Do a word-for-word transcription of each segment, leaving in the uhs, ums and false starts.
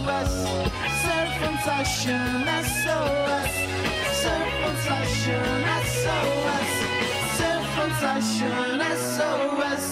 S, Surf on Session S O S, Surf on Session S O S, Surf on Session S O S.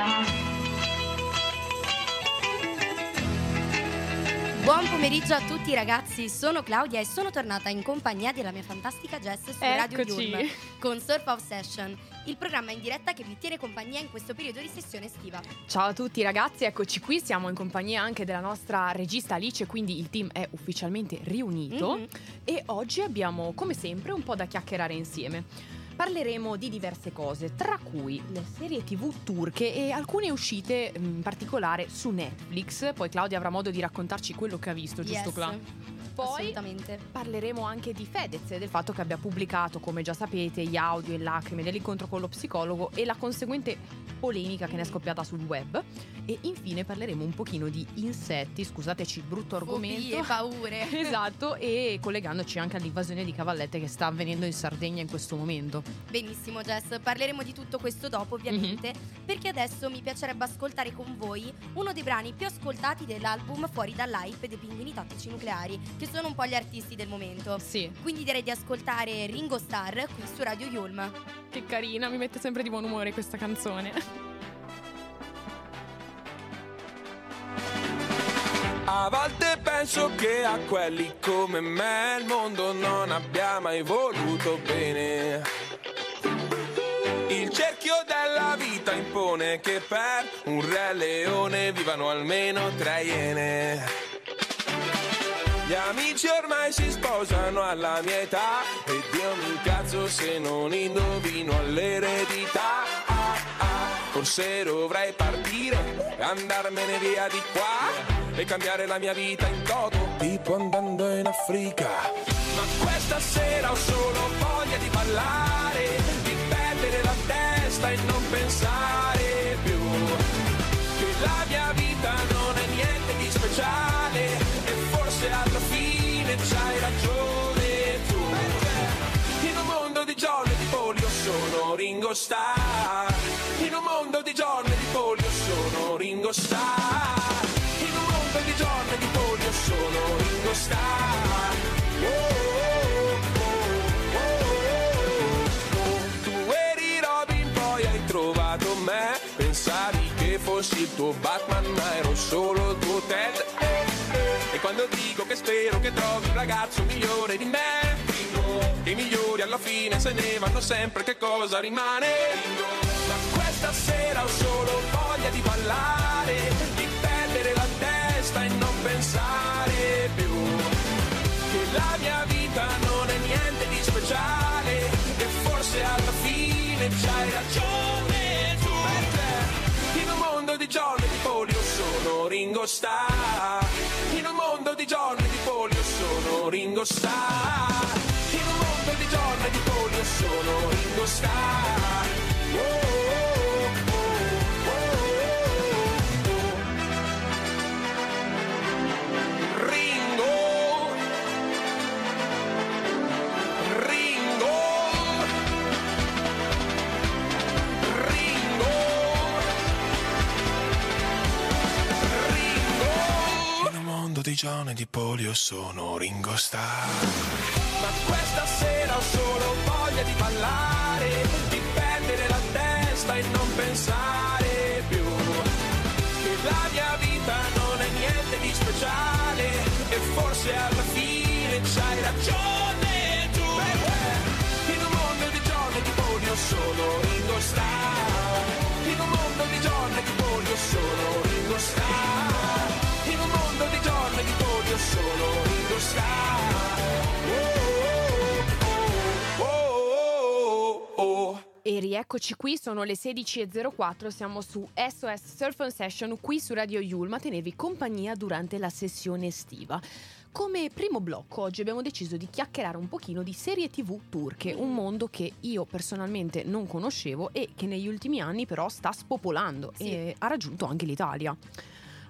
Buon pomeriggio a tutti ragazzi, sono Claudia e sono tornata in compagnia della mia fantastica Jess su Radio Yulm con Surf of Session, il programma in diretta che vi tiene compagnia in questo periodo di sessione estiva. Ciao a tutti ragazzi, eccoci qui, siamo in compagnia anche della nostra regista Alice, quindi il team è ufficialmente riunito mm-hmm. e oggi abbiamo come sempre un po' da chiacchierare insieme. Parleremo di diverse cose, tra cui le serie tv turche e alcune uscite in particolare su Netflix. Poi Claudia avrà modo di raccontarci quello che ha visto, yes. giusto Cla? Poi parleremo anche di Fedez e del fatto che abbia pubblicato, come già sapete, gli audio e lacrime dell'incontro con lo psicologo e la conseguente polemica che ne è scoppiata sul web. E infine parleremo un pochino di insetti, scusateci il brutto argomento. Fobie, paure. Esatto, e collegandoci anche all'invasione di cavallette che sta avvenendo in Sardegna in questo momento. Benissimo Jess, parleremo di tutto questo dopo ovviamente, mm-hmm. perché adesso mi piacerebbe ascoltare con voi uno dei brani più ascoltati dell'album Fuori dall'hype dei Pinguini Tattici Nucleari, che sono un po' gli artisti del momento. Sì. Quindi direi di ascoltare Ringo Starr qui su Radio Yulm. Che carina, mi mette sempre di buon umore questa canzone. A volte penso che a quelli come me il mondo non abbia mai voluto bene. Il cerchio della vita impone che per un re leone vivano almeno tre iene. Gli amici ormai si sposano alla mia età e Dio mi incazzo se non indovino all'eredità. Ah, ah, forse dovrei partire e andarmene via di qua e cambiare la mia vita in toto, tipo andando in Africa. Ma questa sera ho solo voglia di ballare, di perdere la testa e non pensare più che la mia vita non è niente di speciale e forse alla fine c'hai ragione tu. Perché in un mondo di John e di Polio sono Ringo Starr, in un mondo di John e di Polio sono Ringo Starr, di giorno e di polio sono Ringo Starr. Oh, oh, oh, oh. Tu eri Robin, poi hai trovato me. Pensavi che fossi il tuo Batman, ma ero solo il tuo Ted. Eh, eh. E quando dico che spero che trovi un ragazzo migliore di me, che i migliori alla fine se ne vanno sempre, che cosa rimane? Ma questa sera ho solo voglia di ballare, di perdere la testa e non pensare più che la mia vita non è niente di speciale e forse alla fine c'hai ragione tu. Perché in un mondo di John e di Polio sono Ringo Starr, in un mondo di John e di Polio sono Ringo Starr, in un mondo di John e di Polio sono Ringo Starr. Oh, oh, oh, oh, oh. Ringo, Ringo, Ringo, Ringo. In un mondo di John e di Polio sono Ringo Starr. Ma questa sera ho solo voglia di ballare, di perdere la testa e non pensare più che la mia vita non è niente di speciale e forse alla fine c'hai ragione tu. Perché in un mondo di giorni di polio sono Ringo Starr, in un mondo di giorni di polio sono Ringo Starr, in un mondo di giorni di polio sono Ringo Starr. Oh, E rieccoci qui, sono le sedici e zero quattro, siamo su S O S Surf on Session qui su Radio Yulm a tenervi compagnia durante la sessione estiva. Come primo blocco oggi abbiamo deciso di chiacchierare un pochino di serie tv turche, un mondo che io personalmente non conoscevo e che negli ultimi anni però sta spopolando, sì, e ha raggiunto anche l'Italia.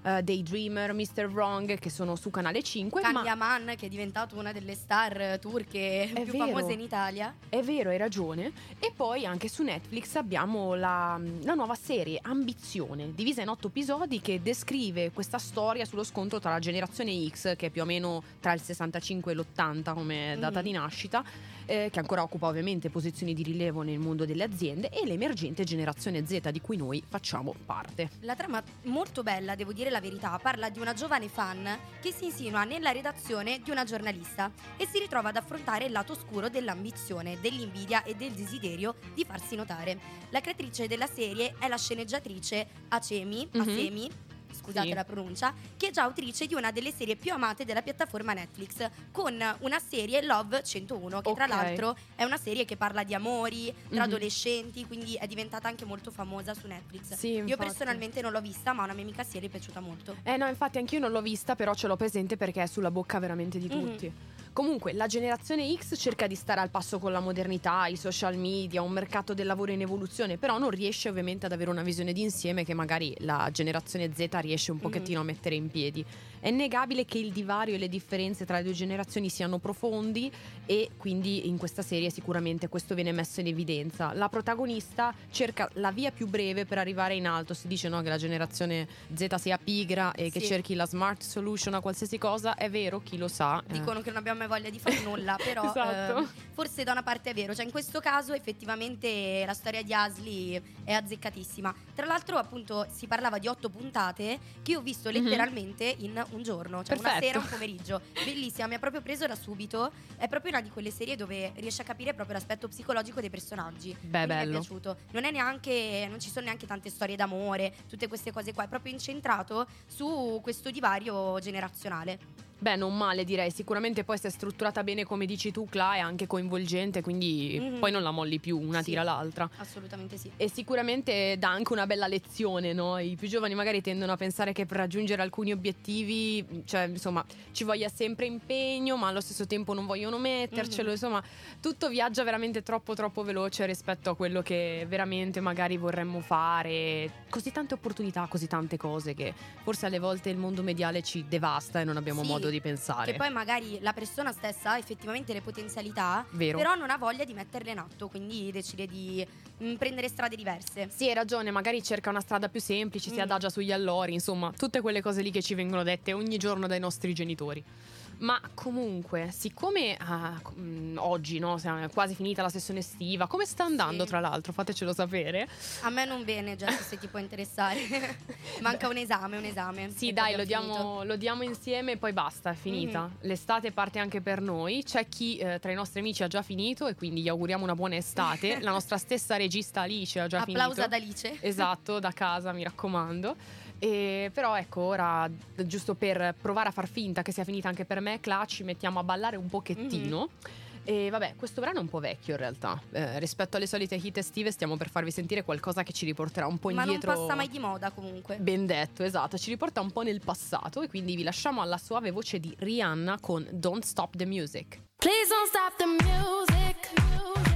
uh, Daydreamer, mister Wrong, che sono su Canale cinque. Kanyaman, ma... che è diventato una delle star turche è più vero, famose in Italia. È vero, hai ragione. E poi anche su Netflix abbiamo la, la nuova serie Ambizione, divisa in otto episodi, che descrive questa storia sullo scontro tra la generazione X, che è più o meno tra il sessantacinque e l'ottanta come data mm. di nascita, eh, che ancora occupa ovviamente posizioni di rilievo nel mondo delle aziende, e l'emergente generazione Z, di cui noi facciamo parte. La trama, molto bella, devo dire la verità, parla di una giovane fan che si insinua nella redazione di una giornalista e si ritrova ad affrontare il lato oscuro dell'ambizione, dell'invidia e del desiderio di farsi notare. La creatrice della serie è la sceneggiatrice Acemi, mm-hmm. Asemi, scusate sì. la pronuncia, che è già autrice di una delle serie più amate della piattaforma Netflix, con una serie Love centouno, che okay. tra l'altro è una serie che parla di amori tra mm-hmm. adolescenti, quindi è diventata anche molto famosa su Netflix. Sì, io personalmente non l'ho vista, ma a una mia amica sì, le è piaciuta molto. Eh no, infatti anch'io non l'ho vista, però ce l'ho presente perché è sulla bocca veramente di tutti. Mm-hmm. Comunque, la generazione X cerca di stare al passo con la modernità, i social media, un mercato del lavoro in evoluzione, però non riesce ovviamente ad avere una visione d'insieme che magari la generazione Z riesce un pochettino mm-hmm. a mettere in piedi. È innegabile che il divario e le differenze tra le due generazioni siano profondi, e quindi in questa serie sicuramente questo viene messo in evidenza. La protagonista cerca la via più breve per arrivare in alto. Si dice, no, che la generazione Z sia pigra e sì. che cerchi la smart solution a qualsiasi cosa. È vero, chi lo sa. Dicono eh. che non abbiamo mai voglia di fare nulla, però esatto. eh, forse da una parte è vero. Cioè in questo caso effettivamente la storia di Asli è azzeccatissima. Tra l'altro appunto si parlava di otto puntate che io ho visto letteralmente mm-hmm. in un giorno, cioè Perfetto. una sera, un pomeriggio. Bellissima, mi ha proprio preso da subito. È proprio una di quelle serie dove riesci a capire proprio l'aspetto psicologico dei personaggi. Beh, bello. Mi è piaciuto. Non è neanche, non ci sono neanche tante storie d'amore, tutte queste cose qua. È proprio incentrato su questo divario generazionale. Beh, non male, direi. Sicuramente poi se è strutturata bene, come dici tu, Cla, è anche coinvolgente, quindi mm-hmm. poi non la molli più, una sì, tira l'altra. Assolutamente sì. E sicuramente dà anche una bella lezione, no? I più giovani magari tendono a pensare che per raggiungere alcuni obiettivi, cioè insomma, ci voglia sempre impegno, ma allo stesso tempo non vogliono mettercelo, mm-hmm. insomma, tutto viaggia veramente troppo troppo veloce rispetto a quello che veramente magari vorremmo fare. Così tante opportunità, così tante cose che forse alle volte il mondo mediale ci devasta e non abbiamo sì. modo di pensare. Che poi magari la persona stessa ha effettivamente le potenzialità, Vero. però non ha voglia di metterle in atto, quindi decide di mh, prendere strade diverse. Sì, hai ragione, magari cerca una strada più semplice, mm. si adagia sugli allori, insomma, tutte quelle cose lì che ci vengono dette ogni giorno dai nostri genitori. Ma comunque, siccome ah, oggi, no, è quasi finita la sessione estiva, come sta andando sì. tra l'altro? Fatecelo sapere. A me non bene, Jess, se ti può interessare. Manca un esame, un esame. Sì, dai, lo diamo, lo diamo insieme e poi basta, è finita. Mm-hmm. L'estate parte anche per noi. C'è chi eh, tra i nostri amici ha già finito e quindi gli auguriamo una buona estate. La nostra stessa regista Alice ha già Applauso finito. Applauso ad Alice. Esatto, da casa, mi raccomando. E però ecco, ora giusto per provare a far finta che sia finita anche per me, Cla, ci mettiamo a ballare un pochettino. Mm-hmm. E vabbè, questo brano è un po' vecchio in realtà, eh, rispetto alle solite hit estive stiamo per farvi sentire qualcosa che ci riporterà un po' indietro. Ma non passa mai di moda comunque. Ben detto, esatto, ci riporta un po' nel passato, e quindi vi lasciamo alla suave voce di Rihanna con Don't Stop the Music. Please don't stop the music, music.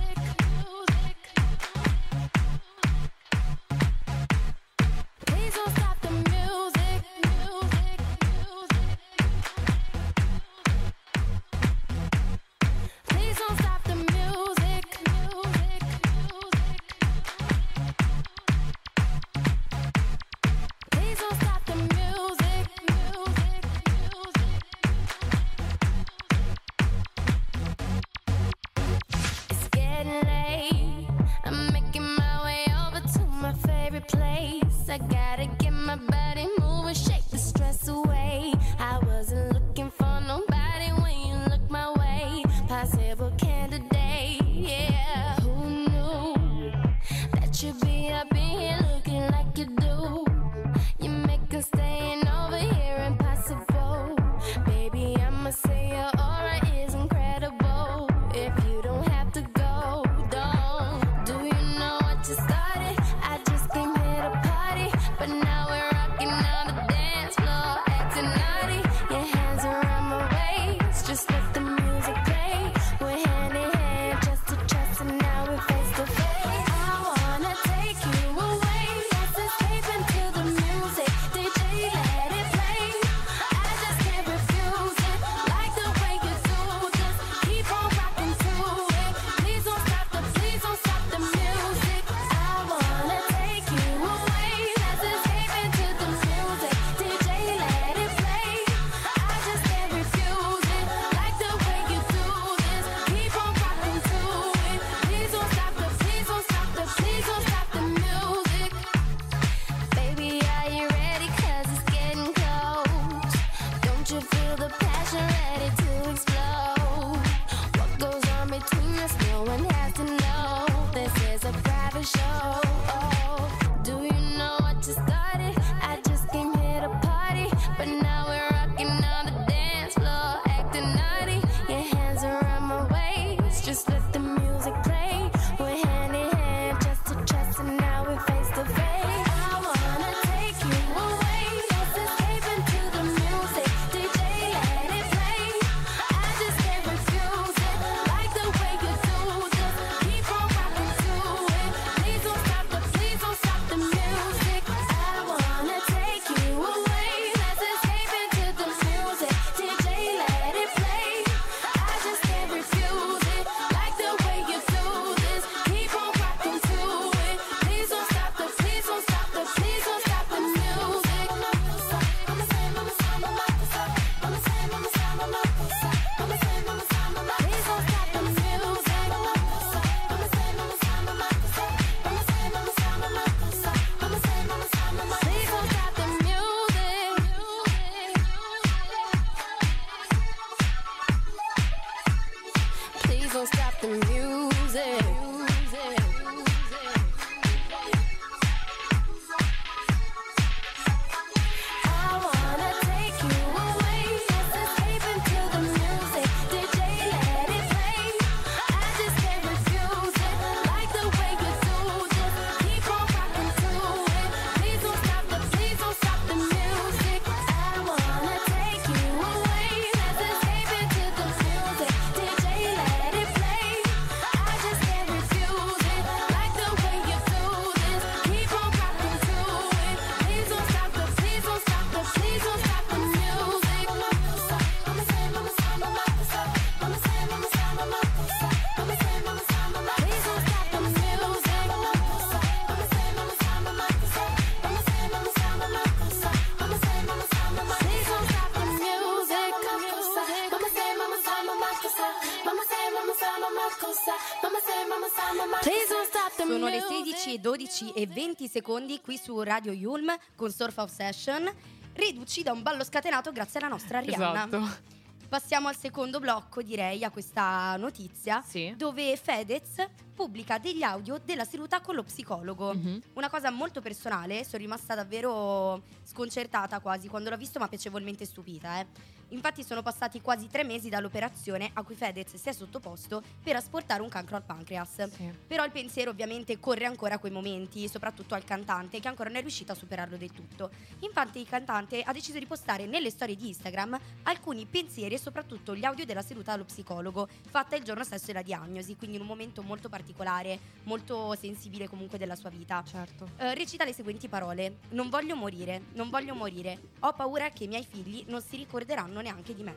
the passion ready to explode. What goes on between us, no one has to know. This is a private show. Oh, do you know what just started? I just came here to party, but now we're rocking on the dance floor, acting naughty. Your hands around my waist, just let the music play. We're hand in hand, just to trust, and now we're face to face. I wanna take you away, let's escape into the music. D J, let it play. I just can't refuse it, like the way you do this. Keep on rocking to it. Please don't stop the, please don't stop the music. I wanna take you away, let's escape into the music. D J, let it play. I just can't refuse it, like the way you do this. Keep on rocking to it. Please don't stop the, please don't stop the, please don't stop the music. Mama say, mama say, mama say, mama say, mama say, mama say, mama say, mama say, mama say, please don't stop the music. Mama say, mama say, mama say, mama say, mama say, mama say, mama say, mama say, mama say, please don't stop the music. Please don't stop the music. I wanna take you away, let's escape into the music. D J, let it play. I just can't refuse it, like the way you do this. Keep on rocking to it. Please don't stop the, please don't stop the music. I wanna take you away, let's escape into the music. D J, let it play. I just can't refuse it, like the way you do this. Keep on rocking to it. Please don't stop the, please don't stop the, please don't stop the music. Mama say, mama say, mama say, mama say, mama say, mama say, mama say, mama say, mama say, please don't stop the music. Mama say, mama say, mama say, mama say, mama say, mama say, mama say, mama say, mama say, please don't stop the music. Mama say, mama say, mama say, mama say, mama say, mama say, mama say, mama say, mama say, please don't stop the music. Sono le sedici e dodici e venti secondi qui su Radio Yulm con Surf Obsession, riduci da un ballo scatenato grazie alla nostra Rihanna. Esatto. Passiamo al secondo blocco, direi, a questa notizia, Sì. dove Fedez pubblica degli audio della seduta con lo psicologo. Mhm. Una cosa molto personale, sono rimasta davvero sconcertata quasi quando l'ho visto, ma piacevolmente stupita, eh. Infatti sono passati quasi tre mesi dall'operazione a cui Fedez si è sottoposto per asportare un cancro al pancreas. Sì. Però il pensiero ovviamente corre ancora a quei momenti, soprattutto al cantante che ancora non è riuscito a superarlo del tutto. Infatti il cantante ha deciso di postare nelle storie di Instagram alcuni pensieri e soprattutto gli audio della seduta allo psicologo fatta il giorno stesso della diagnosi, quindi in un momento molto particolare, molto sensibile comunque della sua vita. Certo. Eh, recita le seguenti parole: non voglio morire, non voglio morire, ho paura che i miei figli non si ricorderanno neanche di me.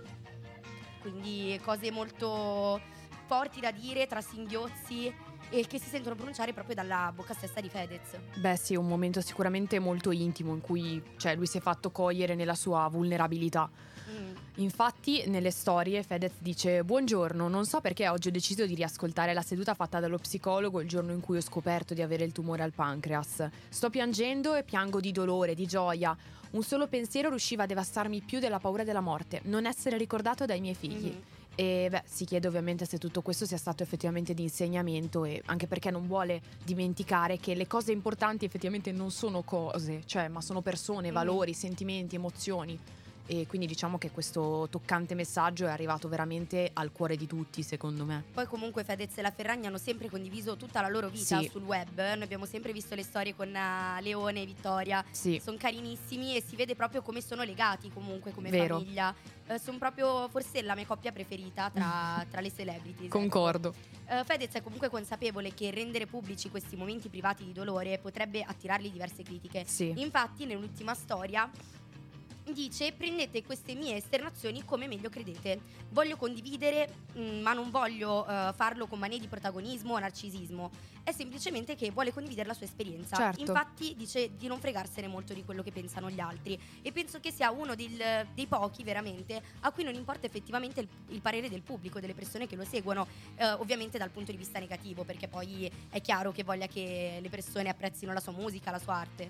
Quindi cose molto forti da dire, tra singhiozzi, e che si sentono pronunciare proprio dalla bocca stessa di Fedez. Beh sì, è un momento sicuramente molto intimo in cui, cioè, lui si è fatto cogliere nella sua vulnerabilità. Mm. Infatti nelle storie Fedez dice: buongiorno, non so perché oggi ho deciso di riascoltare la seduta fatta dallo psicologo il giorno in cui ho scoperto di avere il tumore al pancreas. Sto piangendo e piango di dolore, di gioia. Un solo pensiero riusciva a devastarmi più della paura della morte: non essere ricordato dai miei figli. Mhm. E beh, si chiede ovviamente se tutto questo sia stato effettivamente di insegnamento, e anche perché non vuole dimenticare che le cose importanti effettivamente non sono cose, cioè, ma sono persone, Mhm. valori, sentimenti, emozioni. E quindi diciamo che questo toccante messaggio è arrivato veramente al cuore di tutti, secondo me. Poi comunque Fedez e la Ferragni hanno sempre condiviso tutta la loro vita Sì. sul web. Noi abbiamo sempre visto le storie con eh, Leone e Vittoria. Sì. Sono carinissimi e si vede proprio come sono legati comunque come Vero. famiglia. Eh, sono proprio forse la mia coppia preferita tra, tra le celebrity. Concordo. Uh, Fedez è comunque consapevole che rendere pubblici questi momenti privati di dolore potrebbe attirargli diverse critiche. Sì. Infatti nell'ultima storia dice: prendete queste mie esternazioni come meglio credete, voglio condividere mh, ma non voglio uh, farlo con manie di protagonismo o narcisismo, è semplicemente che vuole condividere la sua esperienza. Certo. Infatti dice di non fregarsene molto di quello che pensano gli altri, e penso che sia uno del- dei pochi veramente a cui non importa effettivamente il, il parere del pubblico, delle persone che lo seguono, eh, ovviamente dal punto di vista negativo, perché poi è chiaro che voglia che le persone apprezzino la sua musica, la sua arte.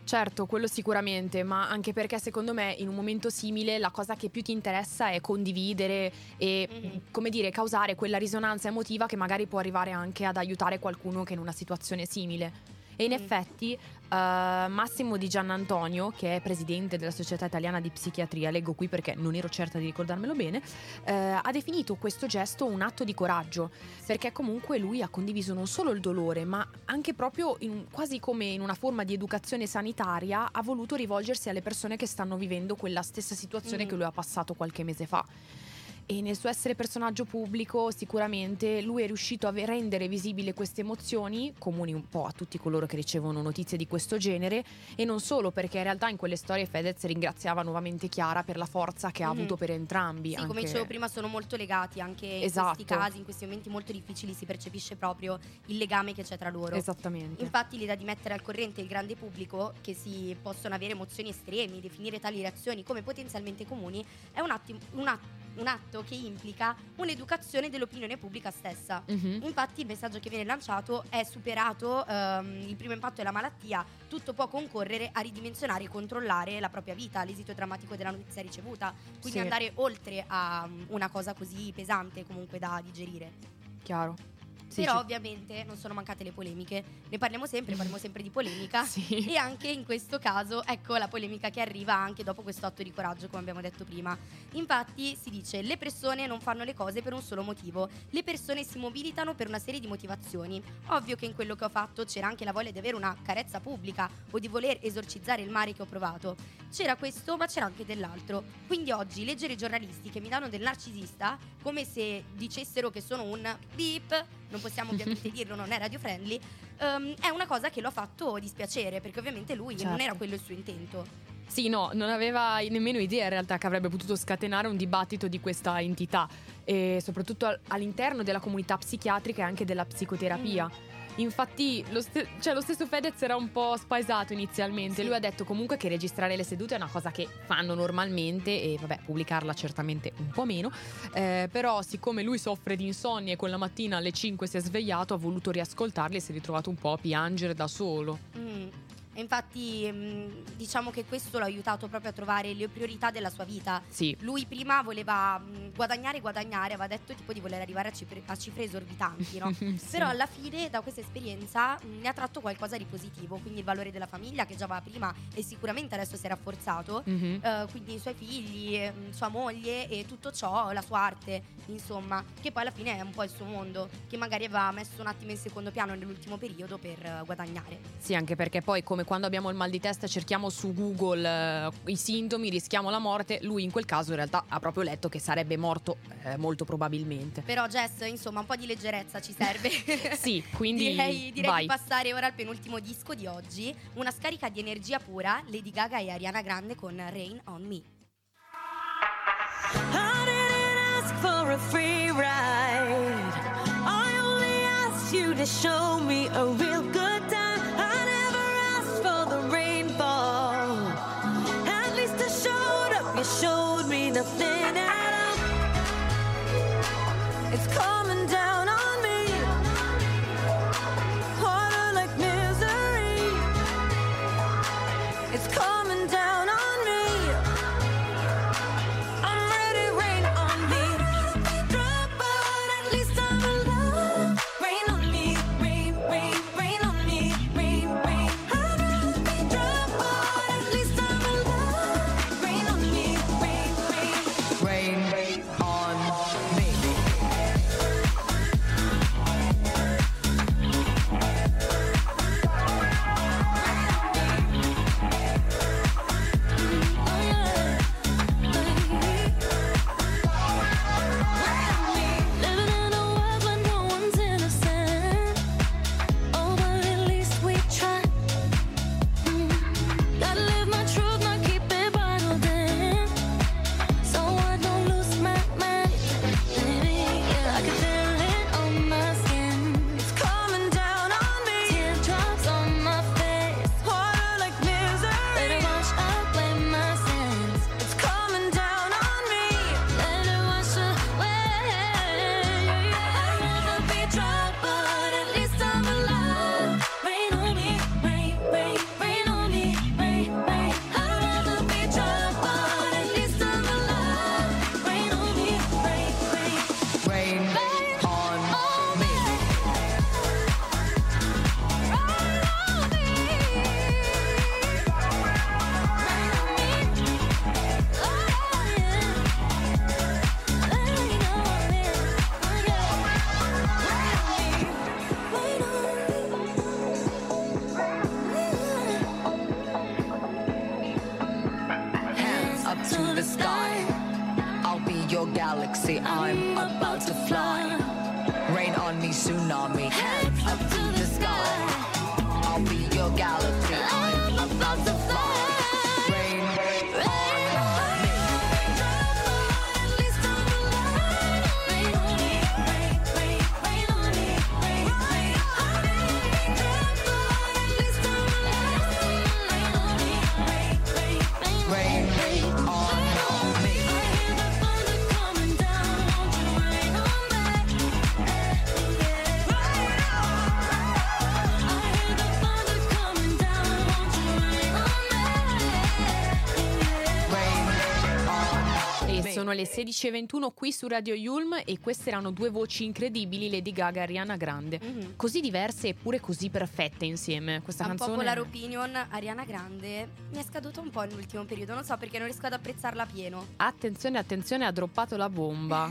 Certo, quello sicuramente, ma anche perché secondo me in un momento simile la cosa che più ti interessa è condividere e, Mhm. come dire, causare quella risonanza emotiva che magari può arrivare anche ad aiutare qualcuno che è in una situazione simile. E in Mm. effetti eh, Massimo Di Giannantonio, che è presidente della Società Italiana di Psichiatria, leggo qui perché non ero certa di ricordarmelo bene, eh, ha definito questo gesto un atto di coraggio, perché comunque lui ha condiviso non solo il dolore, ma anche proprio in- quasi come in una forma di educazione sanitaria ha voluto rivolgersi alle persone che stanno vivendo quella stessa situazione Mm. che lui ha passato qualche mese fa. E nel suo essere personaggio pubblico sicuramente lui è riuscito a ve- rendere visibile queste emozioni, comuni un po' a tutti coloro che ricevono notizie di questo genere, e non solo, perché in realtà in quelle storie Fedez ringraziava nuovamente Chiara per la forza che ha Mhm. avuto per entrambi. Sì, anche... come dicevo prima, sono molto legati anche in Esatto. questi casi, in questi momenti molto difficili si percepisce proprio il legame che c'è tra loro. Esattamente. Infatti l'idea di mettere al corrente il grande pubblico che si possono avere emozioni estremi, definire tali reazioni come potenzialmente comuni, è un, atti- un at- un atto che implica un'educazione dell'opinione pubblica stessa. Mhm. Infatti il messaggio che viene lanciato è superato ehm, il primo impatto della malattia, tutto può concorrere a ridimensionare e controllare la propria vita, l'esito drammatico della notizia ricevuta, quindi Sì. andare oltre a um, una cosa così pesante comunque da digerire. Chiaro. Sì, Però sì. ovviamente non sono mancate le polemiche, ne parliamo sempre, parliamo sempre di polemica. Sì. E anche in questo caso ecco la polemica che arriva anche dopo questo atto di coraggio, come abbiamo detto prima. Infatti si dice: le persone non fanno le cose per un solo motivo, le persone si mobilitano per una serie di motivazioni. Ovvio che in quello che ho fatto c'era anche la voglia di avere una carezza pubblica o di voler esorcizzare il male che ho provato. C'era questo, ma c'era anche dell'altro. Quindi oggi leggere i giornalisti che mi danno del narcisista come se dicessero che sono un beep, non possiamo ovviamente dirlo, non è radio friendly, ehm, è una cosa che lo ha fatto dispiacere, perché ovviamente lui non Certo. era quello il suo intento. Sì, no, non aveva nemmeno idea in realtà che avrebbe potuto scatenare un dibattito di questa entità, e soprattutto al- all'interno della comunità psichiatrica e anche della psicoterapia. Mm. Infatti lo, ste- cioè, lo stesso Fedez era un po' spaesato inizialmente. Sì. Lui ha detto comunque che registrare le sedute è una cosa che fanno normalmente e vabbè, pubblicarla certamente un po' meno. Eh, però siccome lui soffre di insonnia e quella mattina alle cinque si è svegliato, ha voluto riascoltarli e si è ritrovato un po' a piangere da solo. Mm. E infatti mh, diciamo che questo l'ha aiutato proprio a trovare le priorità della sua vita. Sì. Lui prima voleva mh, guadagnare guadagnare, aveva detto tipo di voler arrivare a cifre, a cifre esorbitanti, no? Sì. Però alla fine da questa esperienza mh, ne ha tratto qualcosa di positivo, quindi il valore della famiglia che già aveva prima e sicuramente adesso si è rafforzato. Mhm. Eh, quindi i suoi figli, eh, sua moglie e tutto ciò, la sua arte, insomma, che poi alla fine è un po' il suo mondo, che magari aveva messo un attimo in secondo piano nell'ultimo periodo per eh, guadagnare. Sì, anche perché poi come quando abbiamo il mal di testa cerchiamo su Google eh, i sintomi, rischiamo la morte, lui in quel caso in realtà ha proprio letto che sarebbe morto eh, molto probabilmente. Però Jess, insomma, un po' di leggerezza ci serve. Sì, quindi direi, direi vai. di passare ora al penultimo disco di oggi, una scarica di energia pura, Lady Gaga e Ariana Grande con Rain on Me. I didn't ask for a free ride. I only asked you to show me a real good time. I never asked for the rainfall. At least I showed up. You showed me nothing at all. It's coming down on me. Harder like misery. It's coming down on me. I'm ready, rain on me. Drop, but at least I'm alive. Rain on me, rain, rain, rain on me, rain, rain. I'd rather be drop, but at least I'm alive. Rain on me, rain, rain. Rain on me. galaxy, I'm about to fly. Rain on me, tsunami, hands up to the sky. I'll be your galaxy, I'm about to fly. Rain, rain on me. At least I'm alive. Rain on me, rain, rain, rain on me, rain, rain on me. At least I'm alive. Rain on me, rain, rain, rain, Rain rain on me. I hear the thunder coming down. Won't you rain on me? Yeah. I hear the thunder coming down. Won't you rain on me? Rain on E me. sono le sedici e ventuno qui su Radio Yulm e queste erano due voci incredibili, Lady Gaga e Ariana Grande. Mhm. Così diverse eppure così perfette insieme. Questa Un canzone popular opinion, Ariana Grande mi è scaduta un po' nell'ultimo periodo, non so perché non riesco ad apprezzarla a pieno. Attenzione, attenzione, ha droppato la bomba.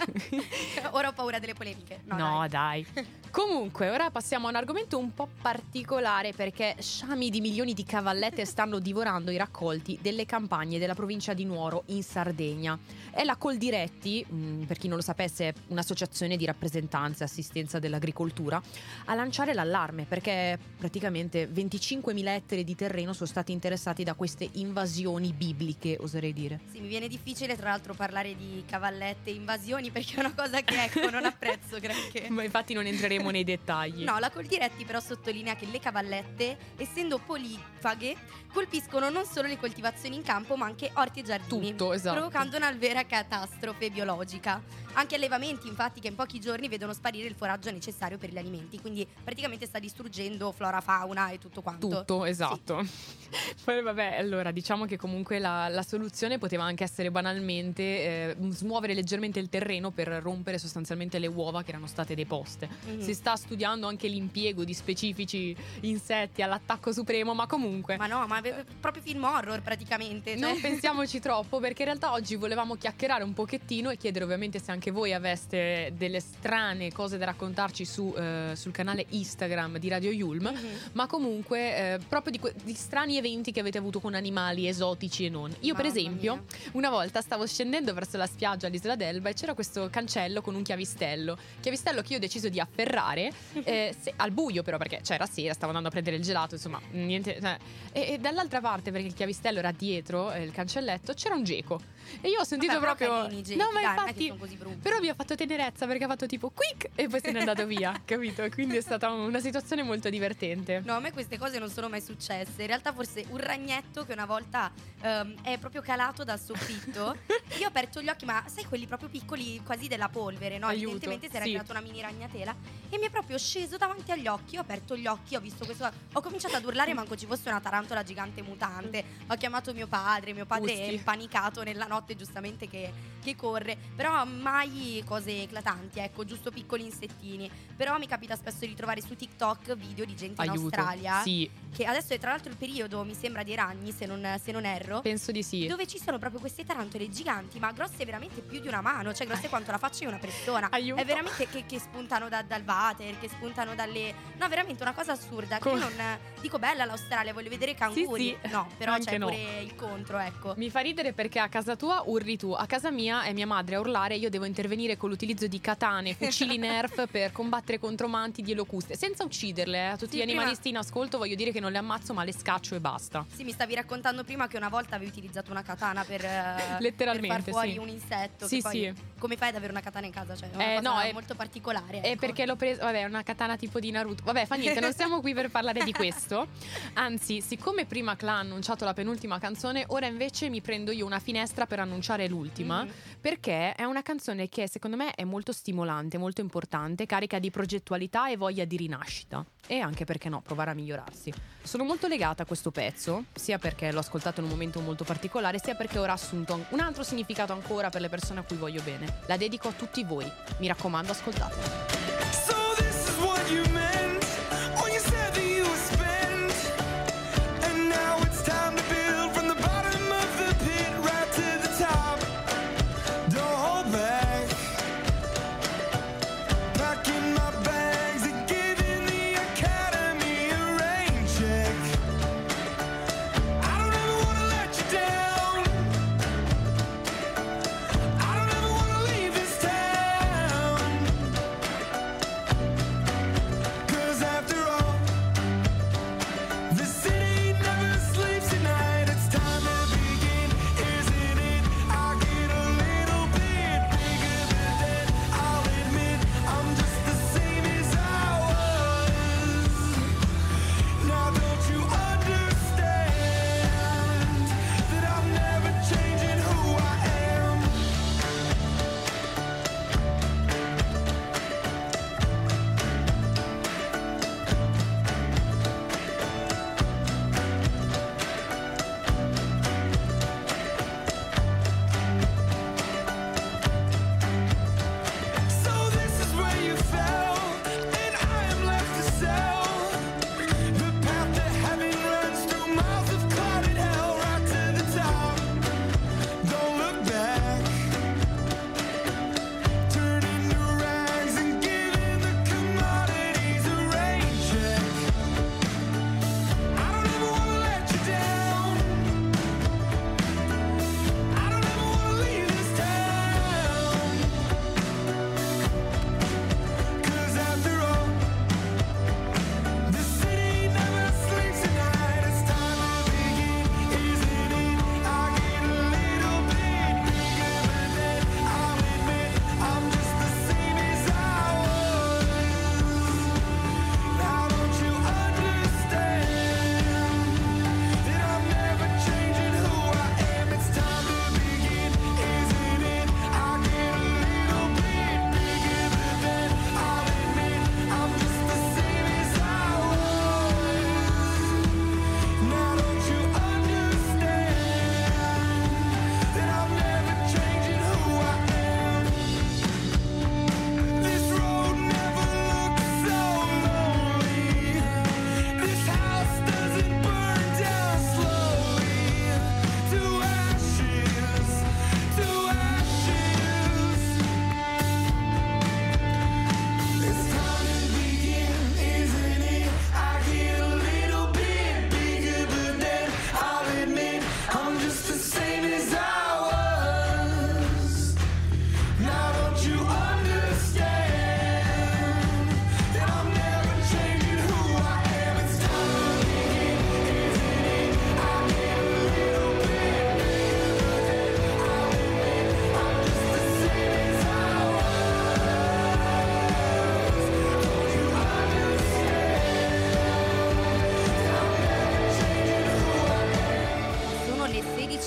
Ora ho paura delle polemiche. No, No, dai. dai. Comunque, ora passiamo a un argomento un po' particolare perché sciami di milioni di cavallette stanno divorando i raccolti delle campagne della provincia di Nuoro in Sardegna. È la Coldiretti, mh, per chi non lo sapesse, è un'associazione di rappresentanza e assistenza dell'agricoltura, a lanciare l'allarme perché praticamente venticinquemila ettari di terreno sono stati interessati da queste invasioni bibliche, oserei dire. Sì, mi viene difficile tra l'altro parlare di cavallette e invasioni perché è una cosa che ecco non apprezzo granché. Ma infatti non entreremo nei dettagli. No, la Coldiretti però sottolinea che le cavallette, essendo polifaghe, colpiscono non solo le coltivazioni in campo ma anche orti e giardini, Tutto, esatto. provocando una vera catastrofe biologica. Anche allevamenti infatti che in pochi giorni vedono sparire il foraggio necessario per gli alimenti, quindi praticamente sta distruggendo flora, fauna e tutto quanto. Tutto, esatto. Poi vabbè, allora diciamo che comunque la, la soluzione poteva anche essere banalmente eh, smuovere leggermente il terreno per rompere sostanzialmente le uova che erano state deposte. Mhm. Si sta studiando anche l'impiego di specifici insetti all'attacco supremo, ma comunque Ma no, ma ave- proprio film horror praticamente. non cioè. pensiamoci troppo, perché in realtà oggi volevamo chiacchierare un pochettino e chiedere ovviamente se anche voi aveste delle strane cose da raccontarci su, eh, sul canale Instagram di Radio Yulm, Mhm. ma comunque eh, proprio di, que- di strani eventi che avete avuto con animali esotici e non. Io per Mamma esempio mia. una volta stavo scendendo verso la spiaggia all'Isola d'Elba e c'era questo cancello con un chiavistello chiavistello che io ho deciso di afferrare eh, se- al buio però, perché c'era sera, stavo andando a prendere il gelato, insomma niente, cioè, e, e dall'altra parte, perché il chiavistello era dietro eh, il cancelletto, c'era un geco e io ho sentito Vabbè, però proprio carini i gechi, no, ma dai, non è che infatti sono così brutti. però mi ha fatto tenerezza perché ha fatto tipo quick e poi se n'è andato via, capito? E quindi è stata una situazione molto divertente. No, a me queste cose non sono mai successe. In realtà forse un ragnetto che una volta ehm, è proprio calato dal soffitto. Io ho aperto gli occhi, ma sai quelli proprio piccoli, quasi della polvere, no? Aiuto, Evidentemente si era sì. creata una mini ragnatela e mi è proprio sceso davanti agli occhi. Ho aperto gli occhi, ho visto questo, ho cominciato ad urlare manco ci fosse una tarantola gigante mutante. Ho chiamato mio padre, mio padre è Usti. impanicato nella notte giustamente che, che corre. Però mai cose eclatanti, ecco, giusto piccoli insettini. Però mi capita spesso di trovare su TikTok video di gente in Aiuto. Australia Sì, che adesso è tra l'altro il periodo, mi sembra, dei ragni, se non, se non erro, penso di sì. dove ci sono proprio queste tarantole giganti, ma grosse veramente più di una mano, cioè grosse quanto la faccia di una persona. Aiuto. È veramente che, che spuntano da- dal water, che spuntano dalle... No, veramente una cosa assurda. Che Com- io non dico bella l'Australia, voglio vedere i canguri. sì. No, però Anche c'è no. pure il contro, ecco. Mi fa ridere perché a casa tua urli tu, a casa mia è mia madre a urlare, io devo intervenire con l'utilizzo di katane, fucili Nerf per combattere contro manti di locuste, senza ucciderle. eh. A tutti Sì, gli prima- animalisti in ascolto voglio dire che non le ammazzo, ma le scaccio e basta. Sì, mi stavi raccontando prima che una volta avevi utilizzato una katana per, eh, Letteralmente, per far fuori sì. un insetto. Sì, che poi, sì. Come fai ad avere una katana in casa? Cioè, è una Eh, cosa no, è- molto particolare. E ecco. perché l'ho presa, vabbè, è una katana tipo di Naruto. Vabbè, fa niente, non siamo qui per parlare di questo. Anzi, siccome prima Cla ha annunciato la penultima canzone, ora invece mi prendo io una finestra per annunciare l'ultima, Mhm. perché è una canzone che secondo me è molto stimolante, molto importante, carica di progettualità e voglia di rinascita. E anche, perché no, provare a migliorarsi. Sono molto legata a questo pezzo, sia perché l'ho ascoltato in un momento molto particolare, sia perché ora ha assunto un altro significato ancora per le persone a cui voglio bene. La dedico a tutti voi. Mi raccomando, ascoltatela. So this is what you meant when you said that you would spend. And now it's time to build from the bottom of the pit right to the top. Don't hold back. Packing my bags and giving the academy a rain check. I don't ever wanna let you down. I don't ever wanna leave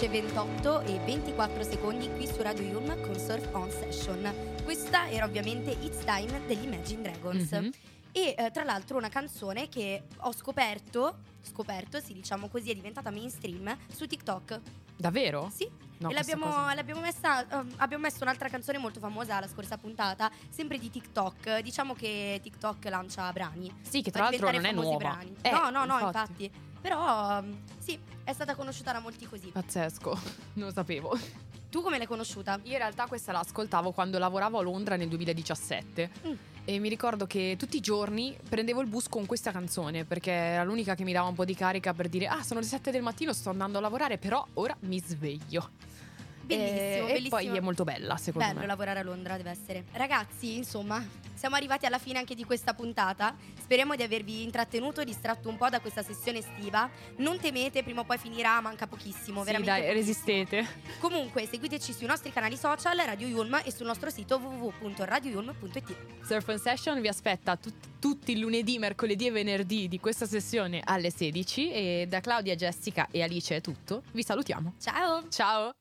ventotto e ventiquattro secondi qui su Radio Yulm con Surf On Session. Questa era ovviamente It's Time degli Imagine Dragons. Mhm. E eh, tra l'altro una canzone che ho scoperto, scoperto, sì, diciamo così, è diventata mainstream su TikTok. Davvero? Sì. No, e questa l'abbiamo, cosa- l'abbiamo messa, um, abbiamo messo un'altra canzone molto famosa la scorsa puntata, sempre di TikTok. Diciamo che TikTok lancia brani. Sì, che Fa tra l'altro non diventare è famosi nuova. brani. Eh, no, no, no, infatti. infatti. Però um, sì, è stata conosciuta da molti così. Pazzesco, non lo sapevo. Tu come l'hai conosciuta? Io in realtà questa la ascoltavo quando lavoravo a Londra nel duemiladiciassette Mm. e mi ricordo che tutti i giorni prendevo il bus con questa canzone perché era l'unica che mi dava un po' di carica per dire ah, sono le sette del mattino, sto andando a lavorare, però ora mi sveglio. Bellissimo, e, bellissimo. E poi è molto bella, secondo Bello me. lavorare a Londra, deve essere. Ragazzi, insomma, siamo arrivati alla fine anche di questa puntata. Speriamo di avervi intrattenuto, distratto un po' da questa sessione estiva. Non temete, prima o poi finirà, manca pochissimo, Sì, veramente dai, pochissimo. resistete. Comunque, seguiteci sui nostri canali social, Radio Yulm, e sul nostro sito w w w punto radio yulm punto i t. Surf on Session vi aspetta tut- tutti i lunedì, mercoledì e venerdì di questa sessione alle sedici e da Claudia, Jessica e Alice è tutto. Vi salutiamo. Ciao! Ciao!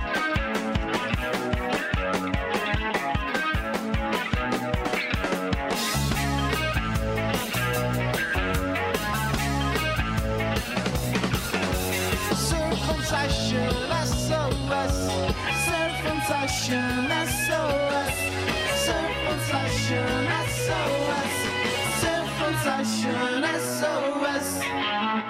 Surf on Session, S O S. Surf on Session, S O S. Surf on Session, S O S. Surf on Session, S O S.